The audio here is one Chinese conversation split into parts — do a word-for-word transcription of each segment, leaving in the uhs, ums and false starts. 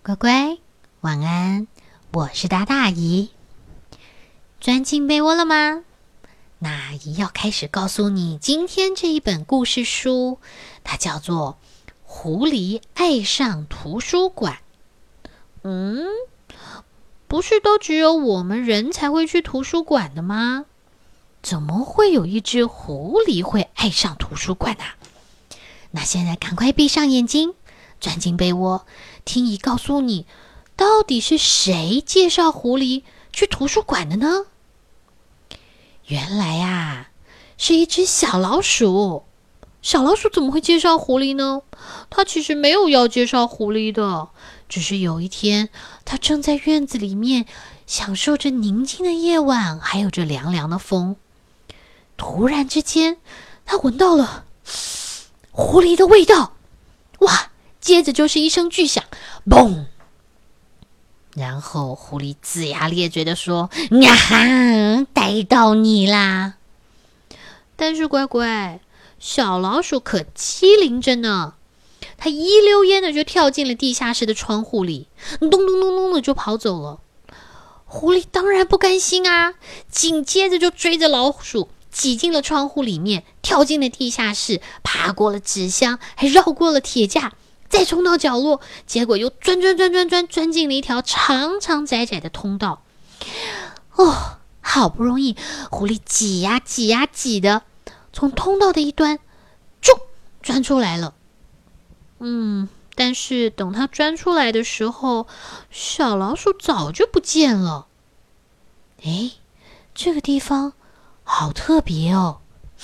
乖乖，晚安，我是大大阿姨。钻进被窝了吗？那阿姨要开始告诉你今天这一本故事书，它叫做《狐狸爱上图书馆》。嗯，不是都只有我们人才会去图书馆的吗？怎么会有一只狐狸会爱上图书馆啊？那现在赶快闭上眼睛，钻进被窝，听姨告诉你，到底是谁介绍狐狸去图书馆的呢？原来啊，是一只小老鼠。小老鼠怎么会介绍狐狸呢？它其实没有要介绍狐狸的，只是有一天，它正在院子里面享受着宁静的夜晚，还有着凉凉的风。突然之间，它闻到了狐狸的味道，哇！接着就是一声巨响，嘣！然后狐狸龇牙咧嘴地说：“呀哈，逮到你啦！”但是乖乖，小老鼠可机灵着呢，它一溜烟的就跳进了地下室的窗户里，咚咚咚咚的就跑走了。狐狸当然不甘心啊，紧接着就追着老鼠挤进了窗户里面，跳进了地下室，爬过了纸箱，还绕过了铁架，再冲到角落，结果又钻钻钻钻钻钻进了一条长长窄窄的通道。哦，好不容易，狐狸挤呀挤呀挤的，从通道的一端，啾，钻出来了。嗯，但是等它钻出来的时候，小老鼠早就不见了。诶，这个地方好特别哦。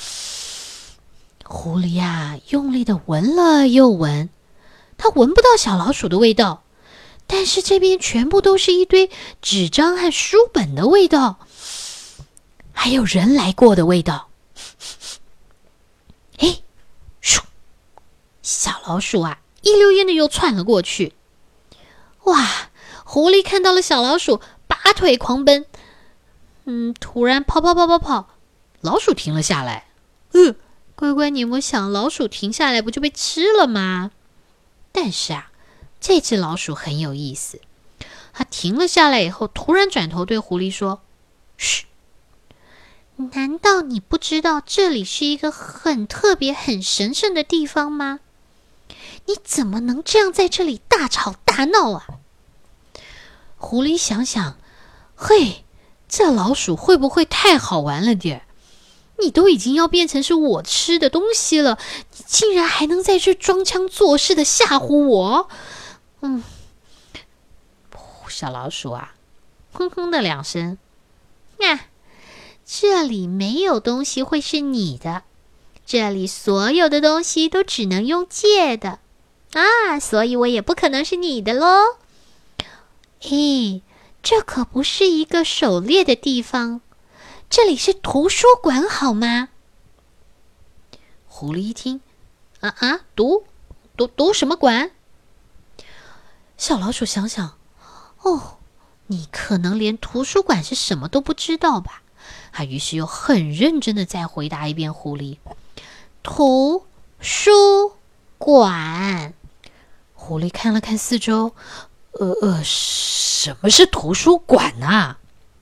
狐狸啊，用力的闻了又闻，它闻不到小老鼠的味道，但是这边全部都是一堆纸张和书本的味道，还有人来过的味道。诶，咻！小老鼠啊，一溜烟的又窜了过去。哇！狐狸看到了小老鼠，拔腿狂奔。嗯，突然跑跑跑跑跑，老鼠停了下来。呃，乖乖，你有没有想，老鼠停下来不就被吃了吗？但是啊，这只老鼠很有意思，它停了下来以后，突然转头对狐狸说：“嘘，难道你不知道这里是一个很特别、很神圣的地方吗？你怎么能这样在这里大吵大闹啊？”狐狸想想，嘿，这老鼠会不会太好玩了点？你都已经要变成是我吃的东西了，你竟然还能在这装腔作势的吓唬我？嗯，小老鼠啊，哼哼的两声，啊，这里没有东西会是你的，这里所有的东西都只能用借的啊，所以我也不可能是你的咯。嘿，这可不是一个狩猎的地方，这里是图书馆好吗？狐狸一听，啊啊，读读读什么馆？小老鼠想想，哦，你可能连图书馆是什么都不知道吧？他于是又很认真的再回答一遍狐狸：图书馆。狐狸看了看四周，呃呃，什么是图书馆啊？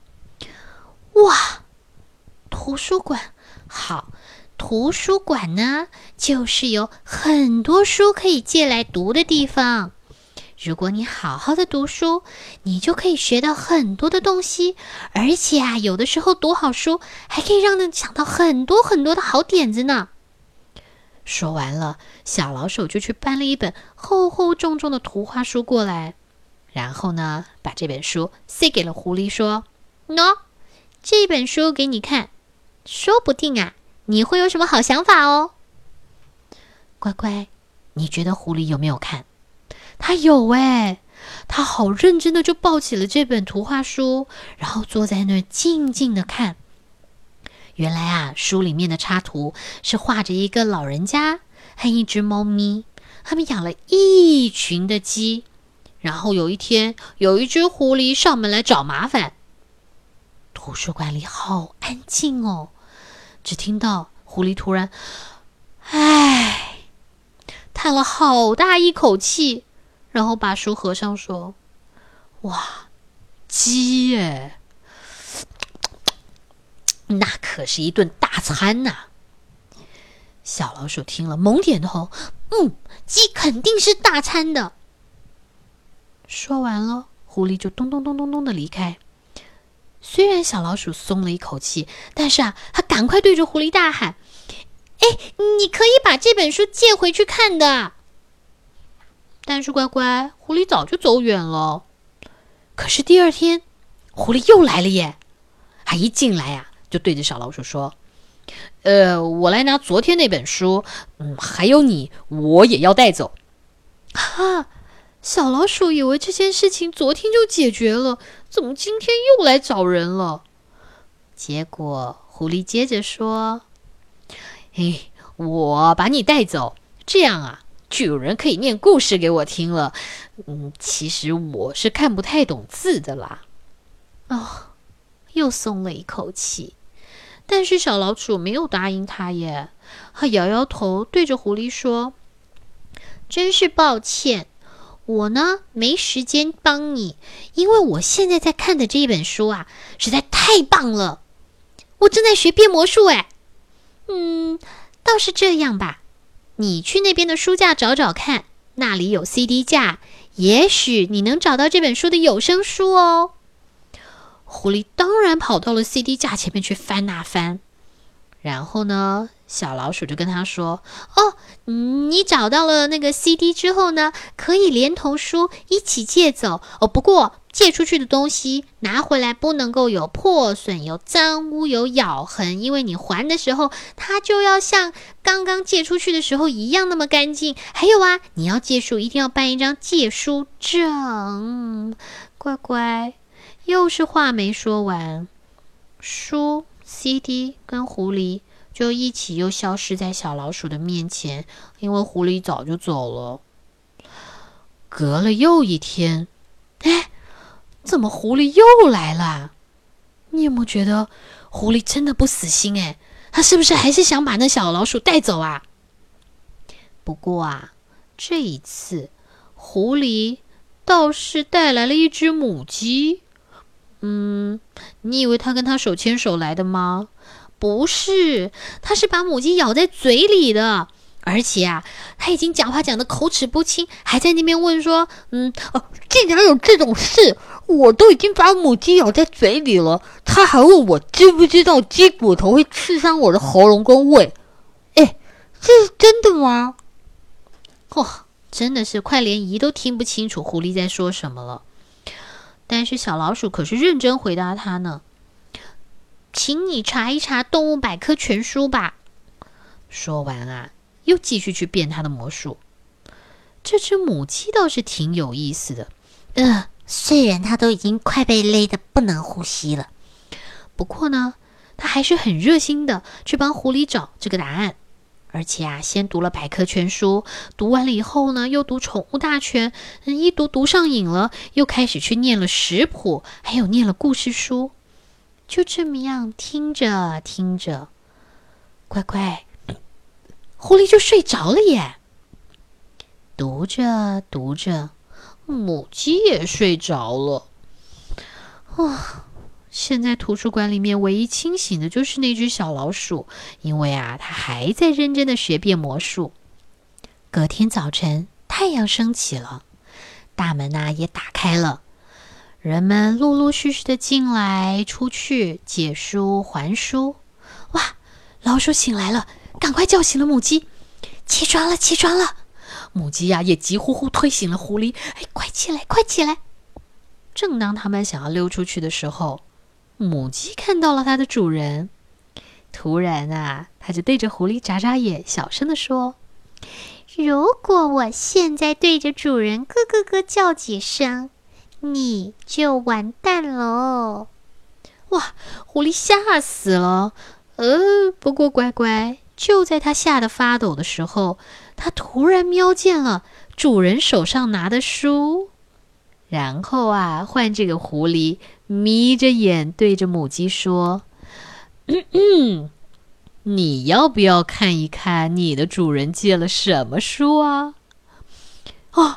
哇，图书馆，好，图书馆呢，就是有很多书可以借来读的地方。如果你好好的读书，你就可以学到很多的东西，而且啊，有的时候读好书，还可以让人想到很多很多的好点子呢。说完了，小老鼠就去搬了一本厚厚重重的图画书过来，然后呢，把这本书塞给了狐狸，说：“喏，这本书给你看，说不定啊，你会有什么好想法哦。”乖乖，你觉得狐狸有没有看？他有哎，他好认真的就抱起了这本图画书，然后坐在那儿静静的看。原来啊，书里面的插图是画着一个老人家和一只猫咪，他们养了一群的鸡。然后有一天，有一只狐狸上门来找麻烦。图书馆里好安静哦，只听到狐狸突然唉叹了好大一口气， 然后把书合上说：“哇，鸡耶！那可是一顿大餐呐、啊！”小老鼠听了猛点头，嗯，鸡肯定是大餐的。说完了，狐狸就咚咚咚咚咚的离开。虽然小老鼠松了一口气，但是啊，他赶快对着狐狸大喊：“哎，你可以把这本书借回去看的。”但是乖乖，狐狸早就走远了。可是第二天，狐狸又来了耶！他一进来啊，就对着小老鼠说：“呃，我来拿昨天那本书，嗯，还有你，我也要带走。”哈，小老鼠以为这件事情昨天就解决了，怎么今天又来找人了？结果狐狸接着说：“嘿，我把你带走，这样啊，就有人可以念故事给我听了。嗯，其实我是看不太懂字的啦。”哦，又松了一口气。但是小老鼠没有答应他耶，他摇摇头，对着狐狸说：“真是抱歉，我呢没时间帮你，因为我现在在看的这一本书啊，实在太棒了。我正在学变魔术哎。嗯，倒是这样吧，你去那边的书架找找看，那里有 C D 架，也许你能找到这本书的有声书哦。”狐狸当然跑到了 C D 架前面去翻啊翻，然后呢，小老鼠就跟他说：“哦，你找到了那个 C D 之后呢，可以连同书一起借走哦。不过借出去的东西拿回来不能够有破损、有脏污、有咬痕，因为你还的时候，它就要像刚刚借出去的时候一样那么干净。还有啊，你要借书一定要办一张借书证。乖乖。”又是话没说完，书、C D 跟狐狸就一起又消失在小老鼠的面前，因为狐狸早就走了。隔了又一天，哎，怎么狐狸又来了？你有没有觉得狐狸真的不死心？哎，他是不是还是想把那小老鼠带走啊？不过啊，这一次狐狸倒是带来了一只母鸡。嗯，你以为他跟他手牵手来的吗？不是，他是把母鸡咬在嘴里的，而且啊，他已经讲话讲得口齿不清，还在那边问说：“嗯，哦，竟然有这种事！我都已经把母鸡咬在嘴里了，他还问我知不知道鸡骨头会刺伤我的喉咙跟胃？哎，这是真的吗？”哇、哦，真的是快连姨都听不清楚狐狸在说什么了。但是小老鼠可是认真回答他呢：“请你查一查动物百科全书吧。”说完啊，又继续去变他的魔术。这只母鸡倒是挺有意思的， 呃，虽然它都已经快被勒得不能呼吸了， 不过呢，它还是很热心的去帮狐狸找这个答案。而且啊，先读了百科全书，读完了以后呢，又读宠物大全，嗯，一读读上瘾了，又开始去念了食谱，还有念了故事书。就这么样听着听着，乖乖，狐狸就睡着了耶。读着读着，母鸡也睡着了。哇！现在图书馆里面唯一清醒的就是那只小老鼠，因为啊，它还在认真的学变魔术。隔天早晨，太阳升起了，大门啊也打开了，人们陆陆续续的进来出去，借书还书。哇！老鼠醒来了，赶快叫醒了母鸡：“起床了，起床了！”母鸡啊也急呼呼推醒了狐狸：“哎，快起来，快起来！”正当他们想要溜出去的时候，母鸡看到了它的主人，突然啊，它就对着狐狸眨眨眼，小声地说：“如果我现在对着主人咯咯咯叫几声，你就完蛋了。”哇，狐狸吓死了。呃，不过乖乖，就在它吓得发抖的时候，它突然瞄见了主人手上拿的书。然后啊，换这个狐狸眯着眼对着母鸡说：“嗯嗯，你要不要看一看你的主人借了什么书啊？”哦，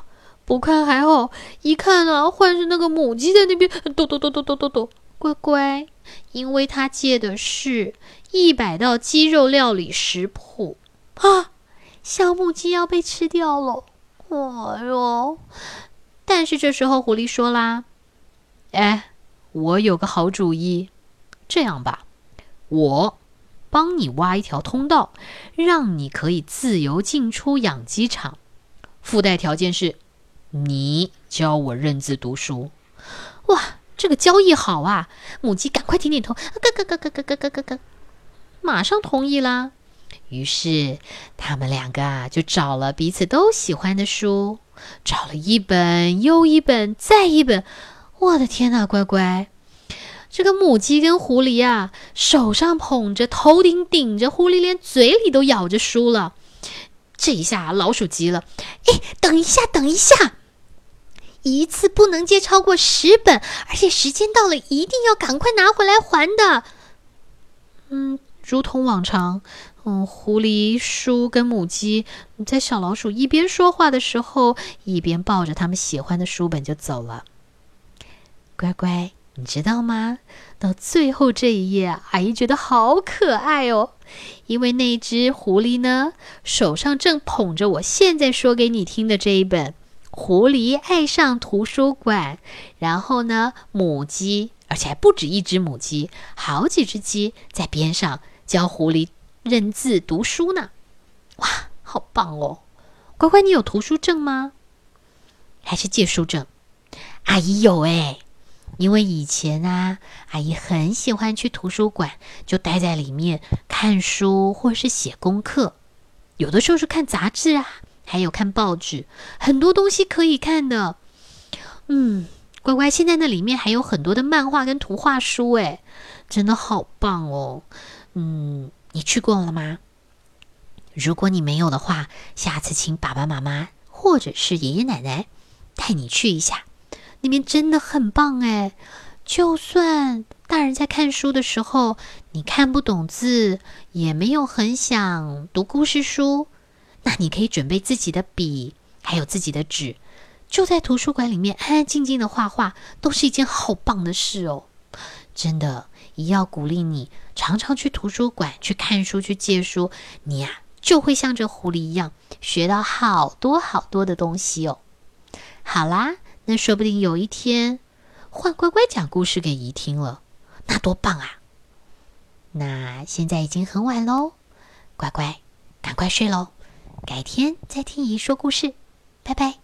不看还好，一看啊，换是那个母鸡在那边抖抖抖抖抖抖抖。乖乖，因为他借的是一百道鸡肉料理食谱啊，小母鸡要被吃掉了。哎呦！但是这时候狐狸说啦：“哎，我有个好主意，这样吧，我帮你挖一条通道，让你可以自由进出养鸡场。附带条件是，你教我认字读书。”哇，这个交易好啊！母鸡赶快点点头，咯咯咯咯咯咯咯咯咯，马上同意啦。于是他们两个啊，就找了彼此都喜欢的书，找了一本又一本再一本。我的天哪，乖乖！这个母鸡跟狐狸啊，手上捧着，头顶顶着，狐狸连嘴里都咬着书了。这一下老鼠急了， 哎，等一下，等一下！一次不能借超过十本，而且时间到了一定要赶快拿回来还的。 嗯，如同往常，嗯，狐狸、书跟母鸡在小老鼠一边说话的时候，一边抱着他们喜欢的书本就走了。乖乖，你知道吗？到最后这一页，阿姨觉得好可爱哦，因为那只狐狸呢，手上正捧着我现在说给你听的这一本《狐狸爱上图书馆》，然后呢，母鸡，而且还不止一只母鸡，好几只鸡在边上教狐狸认字读书呢。哇，好棒哦！乖乖，你有图书证吗？还是借书证？ 阿姨有诶，因为以前啊，阿姨很喜欢去图书馆，就待在里面看书或是写功课， 有的时候是看杂志啊，还有看报纸，很多东西可以看的。嗯，乖乖，现在那里面还有很多的漫画跟图画书，诶，真的好棒哦。嗯，你去过了吗？如果你没有的话，下次请爸爸妈妈或者是爷爷奶奶带你去一下，那边真的很棒诶。就算大人在看书的时候，你看不懂字，也没有很想读故事书，那你可以准备自己的笔，还有自己的纸，就在图书馆里面安安静静的画画，都是一件好棒的事哦。真的，也要鼓励你常常去图书馆去看书，去借书，你呀、啊、就会像这狐狸一样学到好多好多的东西哦。好啦，那说不定有一天换乖乖讲故事给姨听了，那多棒啊！那现在已经很晚喽，乖乖赶快睡喽，改天再听姨说故事，拜拜。